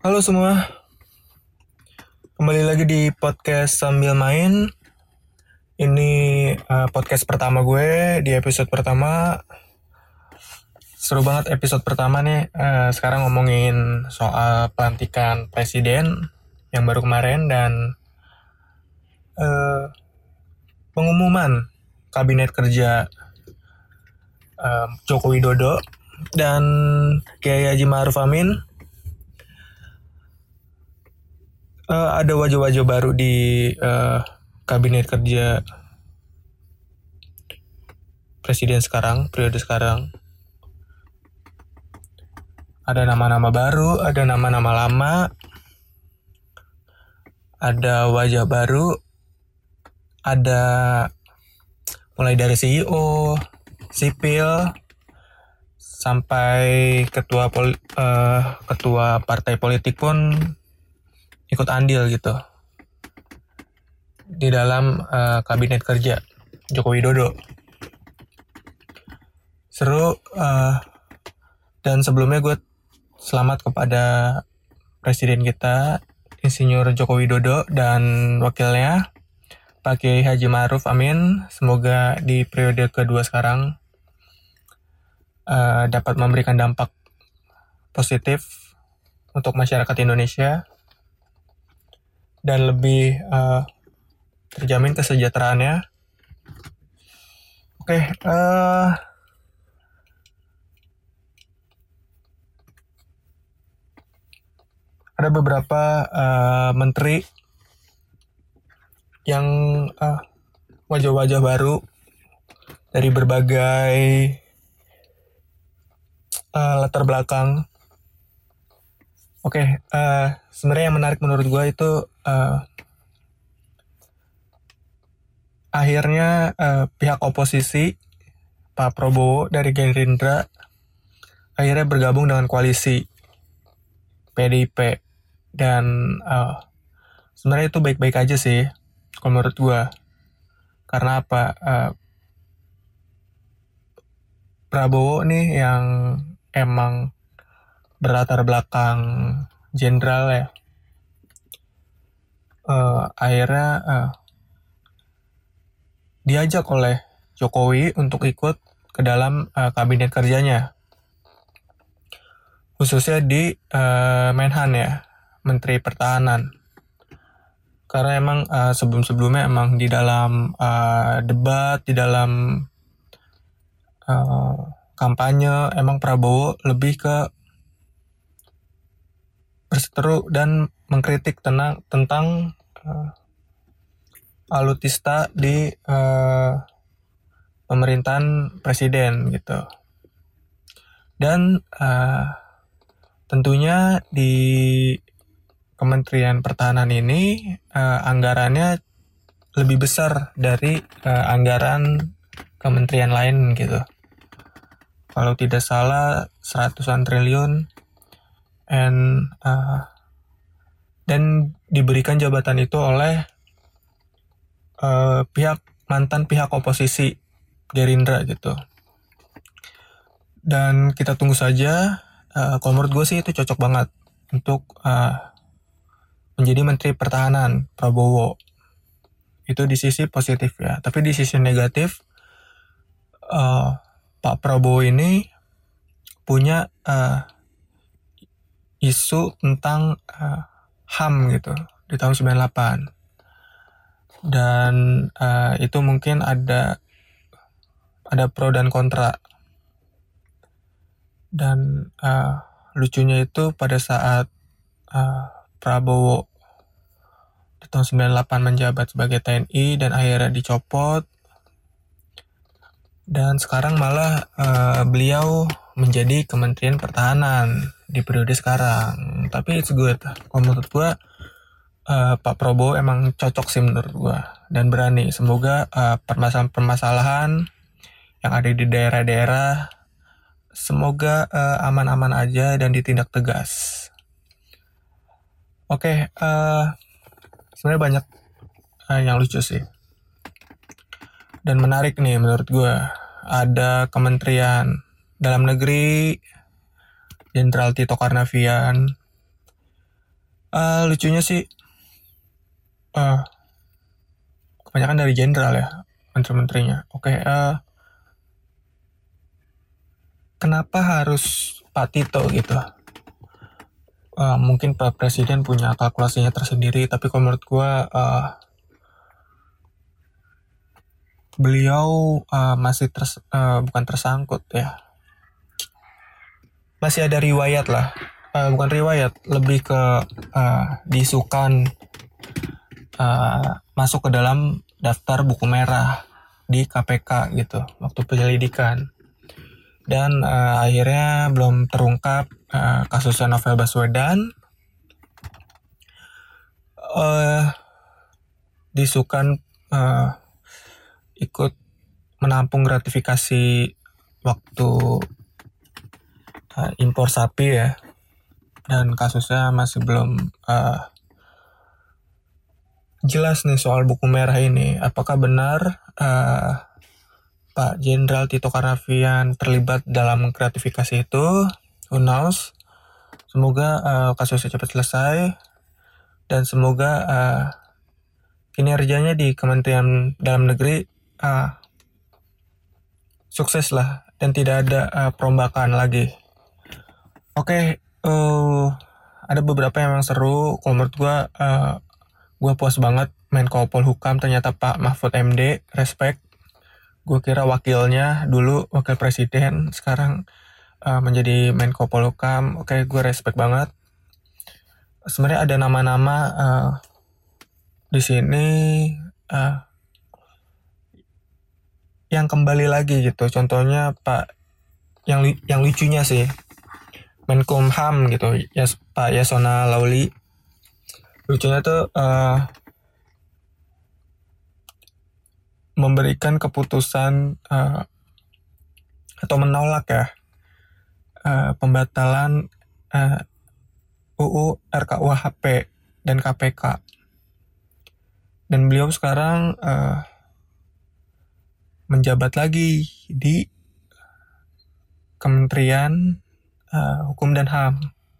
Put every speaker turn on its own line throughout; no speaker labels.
Halo semua, kembali lagi di podcast sambil main. Ini podcast pertama gue di episode pertama. Seru banget episode pertama nih. Sekarang ngomongin soal pelantikan presiden yang baru kemarin dan pengumuman kabinet kerja Joko Widodo dan Kiai Haji Ma'ruf Amin. Ada wajah-wajah baru di kabinet kerja presiden sekarang, periode sekarang. Ada nama-nama baru, ada nama-nama lama, ada wajah baru, ada mulai dari CEO, sipil, sampai ketua partai politik pun ikut andil gitu di dalam kabinet kerja Joko Widodo. Seru, dan sebelumnya gue selamat kepada presiden kita Insinyur Joko Widodo dan wakilnya Pak Kiai Haji Ma'ruf Amin. Semoga di periode kedua sekarang dapat memberikan dampak positif untuk masyarakat Indonesia dan lebih terjamin kesejahteraannya. Oke, ada beberapa menteri yang wajah-wajah baru dari berbagai latar belakang. Oke, sebenarnya yang menarik menurut gue itu akhirnya pihak oposisi Pak Prabowo dari Gerindra akhirnya bergabung dengan koalisi PDIP dan sebenarnya itu baik-baik aja sih kalau menurut gue. Karena apa? Prabowo nih yang emang berlatar belakang jenderal ya, akhirnya diajak oleh Jokowi untuk ikut ke dalam kabinet kerjanya, khususnya di Menhan ya, Menteri Pertahanan. Karena emang sebelum-sebelumnya emang di dalam debat, di dalam kampanye, emang Prabowo lebih ke berseteru dan mengkritik tentang alutista di pemerintahan presiden gitu. Dan tentunya di Kementerian Pertahanan ini anggarannya lebih besar dari anggaran kementerian lain gitu. Kalau tidak salah 100-an triliun dan diberikan jabatan itu oleh mantan pihak oposisi Gerindra gitu. Dan kita tunggu saja. Kalau menurut gue sih itu cocok banget untuk menjadi Menteri Pertahanan Prabowo. Itu di sisi positif ya. Tapi di sisi negatif, Pak Prabowo ini punya isu tentang HAM gitu di tahun 98. Dan itu mungkin ada pro dan kontra. Dan lucunya itu pada saat Prabowo di tahun 98 menjabat sebagai TNI dan akhirnya dicopot, dan sekarang malah beliau menjadi Kementerian Pertahanan di periode sekarang. Tapi it's good. Kalau menurut gue Pak Prabowo emang cocok sih menurut gue dan berani. Semoga permasalahan yang ada di daerah-daerah semoga aman-aman aja dan ditindak tegas. Oke, sebenarnya banyak yang lucu sih dan menarik nih menurut gue. Ada Kementerian Dalam Negeri Jenderal Tito Karnavian, Lucunya sih kebanyakan dari jenderal ya, menteri-menterinya. Oke, kenapa harus Pak Tito gitu? Mungkin Pak Presiden punya kalkulasinya tersendiri, tapi kalau menurut gue beliau masih bukan tersangkut ya, masih ada riwayat lah, bukan riwayat, lebih ke diisukan masuk ke dalam daftar buku merah di KPK gitu waktu penyelidikan, dan akhirnya belum terungkap kasusnya Novel Baswedan. Diisukan ikut menampung gratifikasi waktu impor sapi ya, dan kasusnya masih belum jelas nih soal buku merah ini. Apakah benar Pak Jenderal Tito Karnavian terlibat dalam gratifikasi itu? Who knows? Semoga kasusnya cepat selesai, dan semoga kinerjanya di Kementerian Dalam Negeri sukses lah, dan tidak ada perombakan lagi. Oke, ada beberapa yang memang seru. Kalau menurut gue puas banget Menko Polhukam ternyata Pak Mahfud MD, respect. Gue kira wakilnya dulu, wakil presiden, sekarang menjadi Menko Polhukam. Oke, gue respect banget. Sebenarnya ada nama-nama di sini yang kembali lagi gitu. Contohnya Pak yang lucunya sih Menkumham gitu, ya Pak Yasona Lauli. Lucunya tuh memberikan keputusan atau menolak ya pembatalan UU RKUHP dan KPK. Dan beliau sekarang menjabat lagi di Kementerian Hukum dan HAM.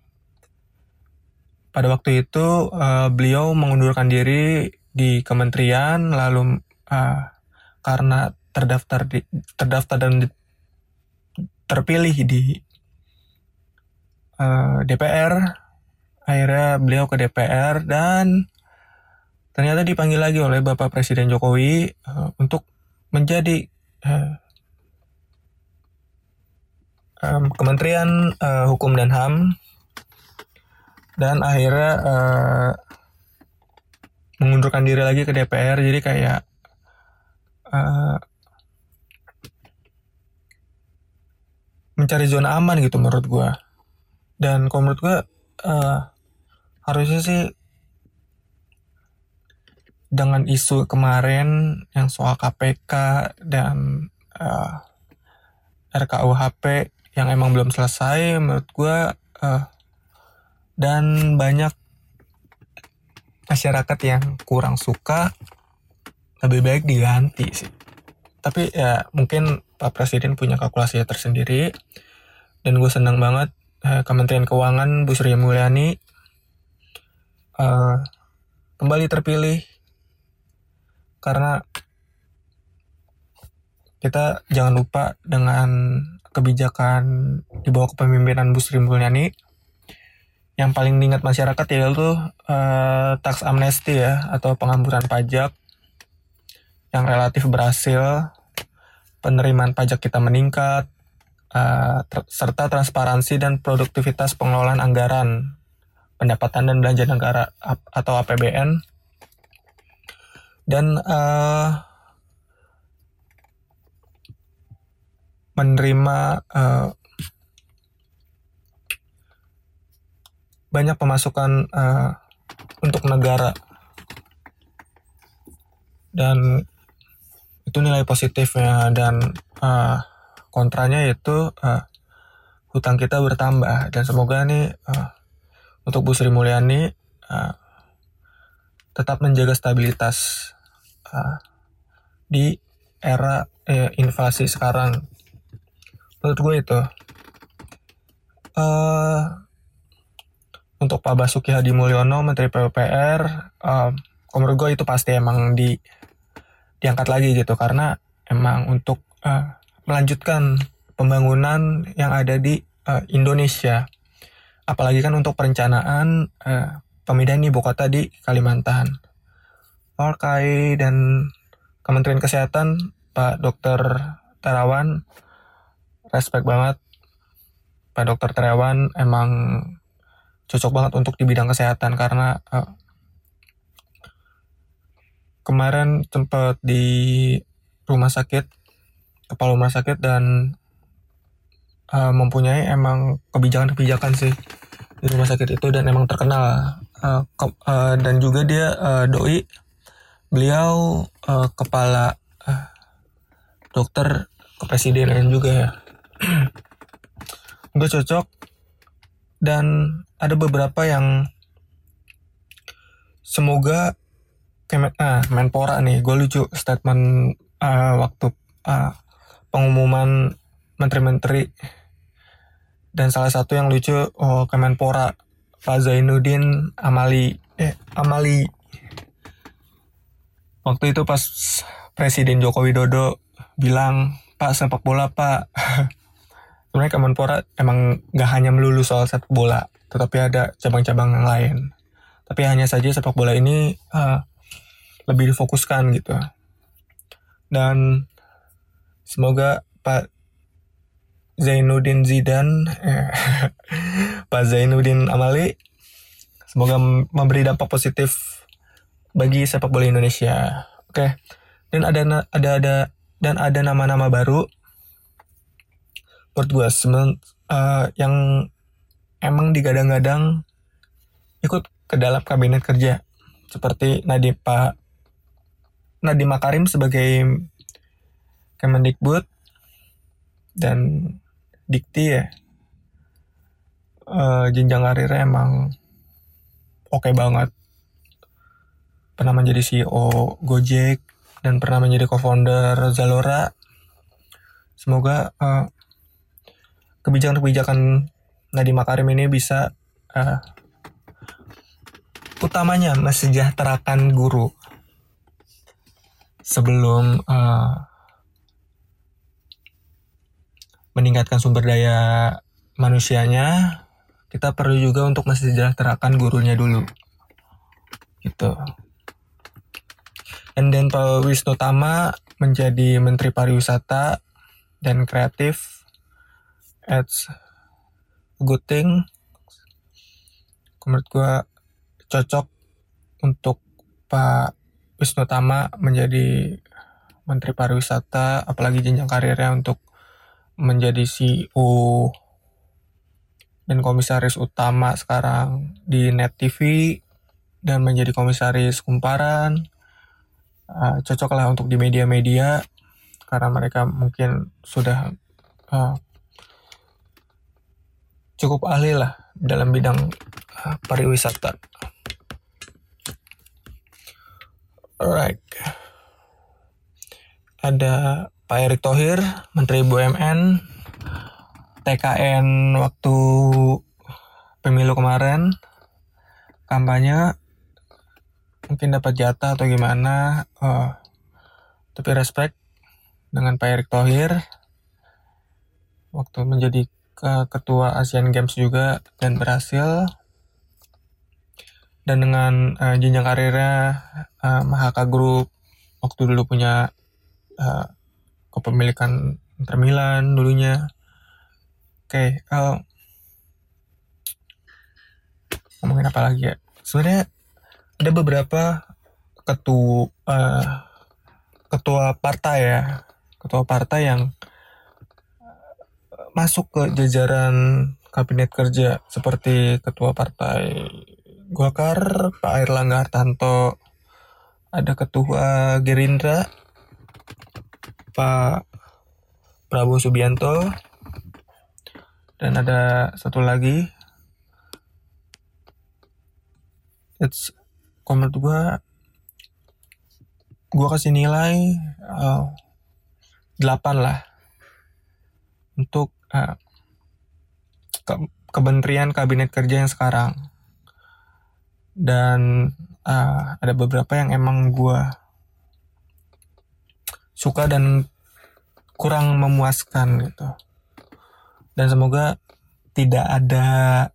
Pada waktu itu beliau mengundurkan diri di kementerian, lalu karena terdaftar dan terpilih di DPR, akhirnya beliau ke DPR dan ternyata dipanggil lagi oleh Bapak Presiden Jokowi untuk menjadi Kementerian Hukum dan HAM, dan akhirnya mengundurkan diri lagi ke DPR. Jadi kayak mencari zona aman gitu menurut gue. Dan kalau menurut gue harusnya sih dengan isu kemarin yang soal KPK dan RKUHP yang emang belum selesai, menurut gue dan banyak masyarakat yang kurang suka, lebih baik diganti sih. Tapi ya mungkin Pak Presiden punya kalkulasinya tersendiri, dan gue senang banget Kementerian Keuangan Bu Sri Mulyani kembali terpilih, karena kita jangan lupa dengan kebijakan di bawah kepemimpinan Bu Sri Mulyani yang paling diingat masyarakat yaitu tax amnesty ya, atau pengampunan pajak yang relatif berhasil. Penerimaan pajak kita meningkat, serta transparansi dan produktivitas pengelolaan anggaran pendapatan dan belanja negara atau APBN, dan menerima banyak pemasukan untuk negara. Dan itu nilai positifnya, dan kontranya yaitu hutang kita bertambah. Dan semoga nih untuk Bu Sri Mulyani tetap menjaga stabilitas di era inflasi sekarang. Menurut gue itu untuk Pak Basuki Hadi Mulyono, Menteri PUPR, menurut gue itu pasti emang diangkat lagi gitu, karena emang untuk melanjutkan pembangunan yang ada di Indonesia, apalagi kan untuk perencanaan pemindahan ibu kota di Kalimantan. Orkai dan Kementerian Kesehatan Pak Dr. Terawan, respect banget. Pak Dr. Terawan emang cocok banget untuk di bidang kesehatan, karena kemarin sempat di rumah sakit, kepala rumah sakit, dan mempunyai emang kebijakan-kebijakan sih di rumah sakit itu, dan emang terkenal. Dan juga dia doi, beliau kepala dokter kepresidenan juga ya. Gue cocok. Dan ada beberapa yang semoga Menpora nih, gue lucu statement waktu pengumuman menteri-menteri, dan salah satu yang lucu Kemenpora Pak Zainuddin Amali. Waktu itu pas Presiden Joko Widodo bilang, Pak, sepak bola Pak. Sebenarnya Kemenpora emang gak hanya melulu soal sepak bola, tetapi ada cabang-cabang yang lain. Tapi hanya saja sepak bola ini lebih difokuskan gitu. Dan semoga Pak Zainuddin Pak Zainuddin Amali, semoga memberi dampak positif bagi sepak bola Indonesia. Oke. Dan ada nama-nama baru menurut gue yang emang digadang-gadang ikut ke dalam kabinet kerja, seperti Pak Nadiem Makarim sebagai Kemendikbud dan Dikti ya. Jenjang karirnya emang oke banget. Pernah menjadi CEO Gojek dan pernah menjadi co-founder Zalora. Semoga kebijakan-kebijakan Nadiem Makarim ini bisa utamanya mesejahterakan guru. Sebelum meningkatkan sumber daya manusianya, kita perlu juga untuk mesejahterakan gurunya dulu. Gitu. And then Pak Wisnu Tama menjadi Menteri Pariwisata dan Kreatif. It's a good thing. Menurut gue cocok untuk Pak Wisnu Tama menjadi Menteri Pariwisata, apalagi jenjang karirnya untuk menjadi CEO dan komisaris utama sekarang di Net TV dan menjadi komisaris Kumparan. Cocok lah untuk di media-media, karena mereka mungkin sudah cukup ahli lah dalam bidang pariwisata. Alright. Ada Pak Erick Thohir, Menteri BUMN, TKN waktu pemilu kemarin, kampanye, mungkin dapat jatah atau gimana, tapi respect dengan Pak Erick Thohir waktu menjadi ketua Asian Games juga dan berhasil. Dan dengan jenjang karirnya Mahaka Group, waktu dulu punya kepemilikan Inter Milan dulunya. Oke, ngomongin apa lagi ya? Sebenarnya ada beberapa ketua partai yang masuk ke jajaran kabinet kerja, seperti ketua partai Golkar Pak Airlangga Hartarto, ada ketua Gerindra Pak Prabowo Subianto, dan ada satu lagi, menurut gue kasih nilai 8 lah untuk kementerian kabinet kerja yang sekarang. dan ada beberapa yang emang gue suka dan kurang memuaskan gitu. Dan semoga tidak ada,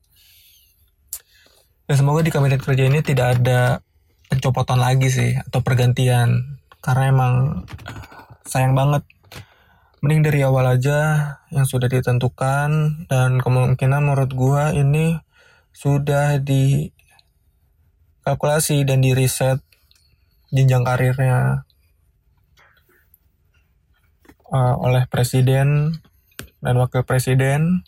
dan semoga di kabinet kerja ini tidak ada pencopotan lagi sih atau pergantian, karena emang sayang banget. Mending dari awal aja yang sudah ditentukan, dan kemungkinan menurut gua ini sudah dikalkulasi dan di riset jenjang karirnya oleh presiden dan wakil presiden.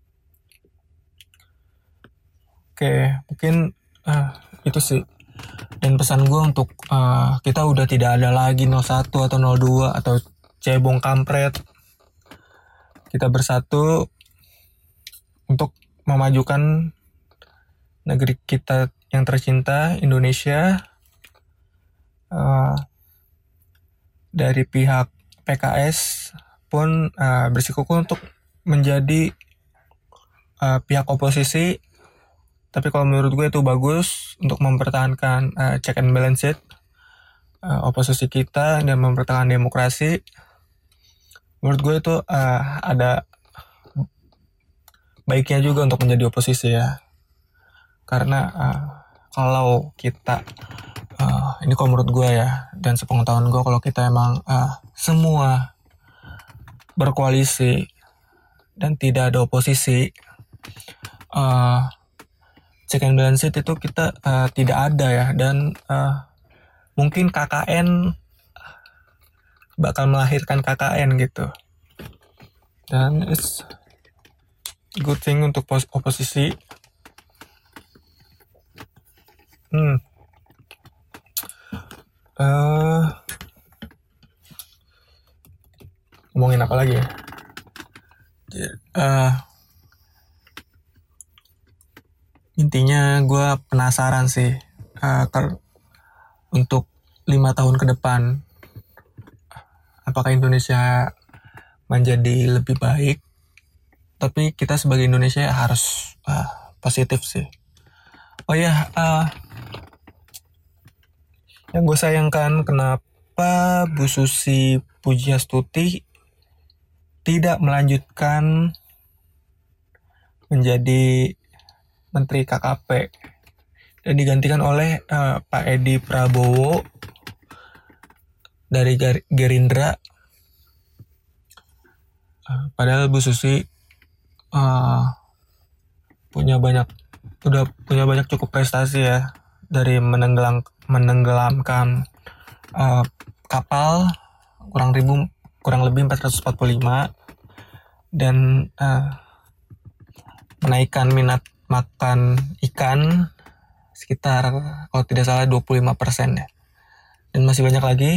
Oke, mungkin itu sih. Dan pesan gue untuk kita udah tidak ada lagi 01 atau 02 atau cebong kampret. Kita bersatu untuk memajukan negeri kita yang tercinta, Indonesia. Dari pihak PKS pun bersikukuh untuk menjadi pihak oposisi. Tapi kalau menurut gue itu bagus untuk mempertahankan check and balance it, oposisi kita, dan mempertahankan demokrasi. Menurut gue itu ada baiknya juga untuk menjadi oposisi ya. Karena kalau kita, ini kalau menurut gue ya, dan sepengetahuan gue, kalau kita emang semua berkoalisi dan tidak ada oposisi, check and balance it itu kita tidak ada ya. Dan mungkin KKN bakal melahirkan KKN gitu. Dan it's good thing untuk oposisi. Ngomongin apa lagi ya? Intinya gue penasaran sih untuk 5 tahun ke depan, apakah Indonesia menjadi lebih baik. Tapi kita sebagai Indonesia harus positif sih. Oh ya, yang gue sayangkan kenapa Bu Susi Pujiastuti tidak melanjutkan menjadi Menteri KKP dan digantikan oleh Pak Edi Prabowo dari Gerindra. Padahal Bu Susi punya banyak cukup prestasi ya, dari menenggelamkan kapal kurang lebih 445 dan menaikkan minat makan ikan sekitar, kalau tidak salah, 25% ya. Dan masih banyak lagi.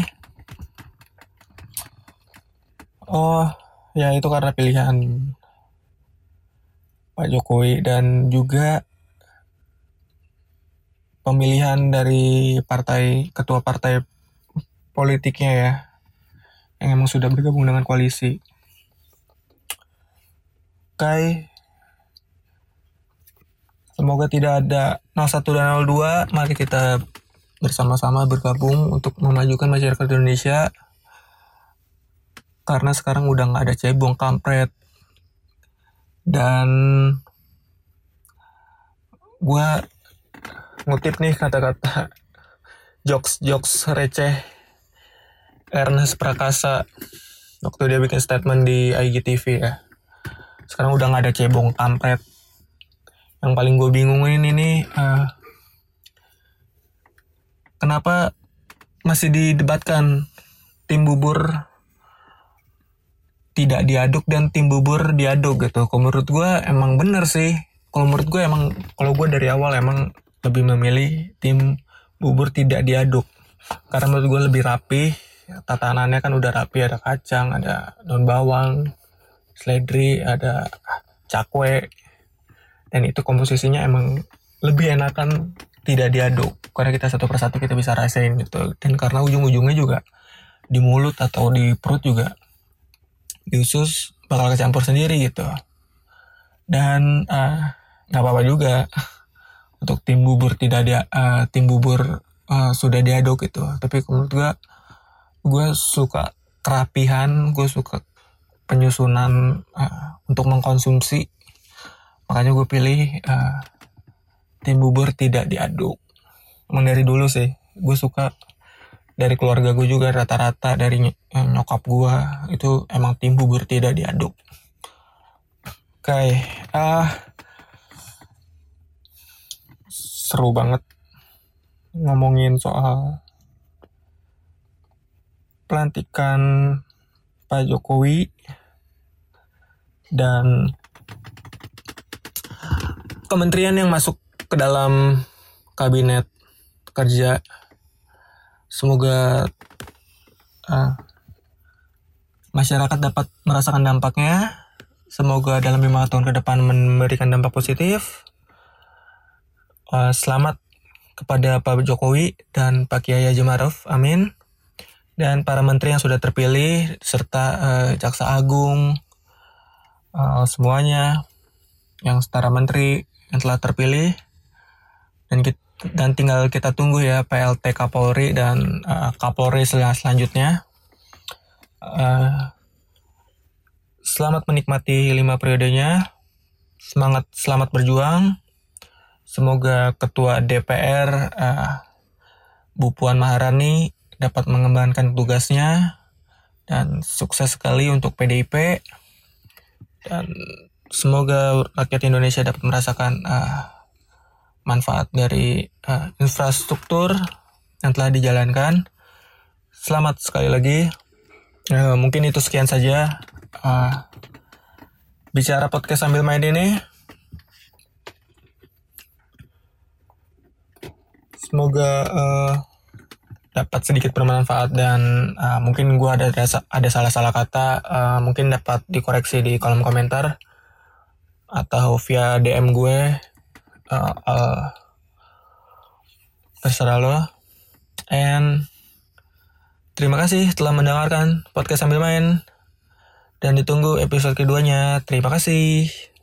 Oh ya, itu karena pilihan Pak Jokowi dan juga pemilihan dari ketua partai politiknya ya, yang emang sudah bergabung dengan koalisi. Oke, semoga tidak ada 01 dan 02. Mari kita bersama-sama bergabung untuk memajukan masyarakat Indonesia. Karena sekarang udah gak ada cebong kampret. Dan gue ngutip nih kata-kata jokes receh Ernest Prakasa waktu dia bikin statement di IGTV ya. Sekarang udah gak ada cebong kampret. Yang paling gue bingungin ini kenapa masih didebatkan tim bubur tidak diaduk dan tim bubur diaduk gitu. Kalau menurut gue emang bener sih. Kalau gue dari awal emang lebih memilih tim bubur tidak diaduk. Karena menurut gue lebih rapi. Tatanannya kan udah rapi, ada kacang, ada daun bawang, seledri, ada cakwe. Dan itu komposisinya emang lebih enakan tidak diaduk. Karena kita satu persatu kita bisa rasain gitu. Dan karena ujung-ujungnya juga di mulut atau di perut juga, di usus bakal kecampur sendiri gitu. Dan gak apa-apa juga untuk tim bubur sudah diaduk gitu. Tapi menurut gue suka kerapihan, gue suka penyusunan untuk mengkonsumsi. Makanya gue pilih tim bubur tidak diaduk. Emang dari dulu sih gue suka, dari keluarga gue juga rata-rata dari nyokap gue itu emang tim bubur tidak diaduk. Oke, seru banget ngomongin soal pelantikan Pak Jokowi dan kementerian yang masuk ke dalam kabinet kerja. Semoga masyarakat dapat merasakan dampaknya. Semoga dalam 5 tahun ke depan memberikan dampak positif. Selamat kepada Pak Jokowi dan Pak Kiai Haji Ma'ruf, amin. Dan para menteri yang sudah terpilih serta Jaksa Agung, semuanya yang setara menteri yang telah terpilih, dan tinggal kita tunggu ya PLT Kapolri dan Kapolri selanjutnya. Selamat menikmati 5 periodenya. Selamat berjuang. Semoga Ketua DPR Bu Puan Maharani dapat mengembangkan tugasnya dan sukses sekali untuk PDIP, dan semoga rakyat Indonesia dapat merasakan manfaat dari infrastruktur yang telah dijalankan. Selamat sekali lagi. Mungkin itu sekian saja bicara podcast sambil main ini. Semoga dapat sedikit bermanfaat, dan mungkin gue ada salah-salah kata, mungkin dapat dikoreksi di kolom komentar atau via DM gue, terserah lo. And terima kasih telah mendengarkan podcast sambil main, dan ditunggu episode keduanya. Terima kasih.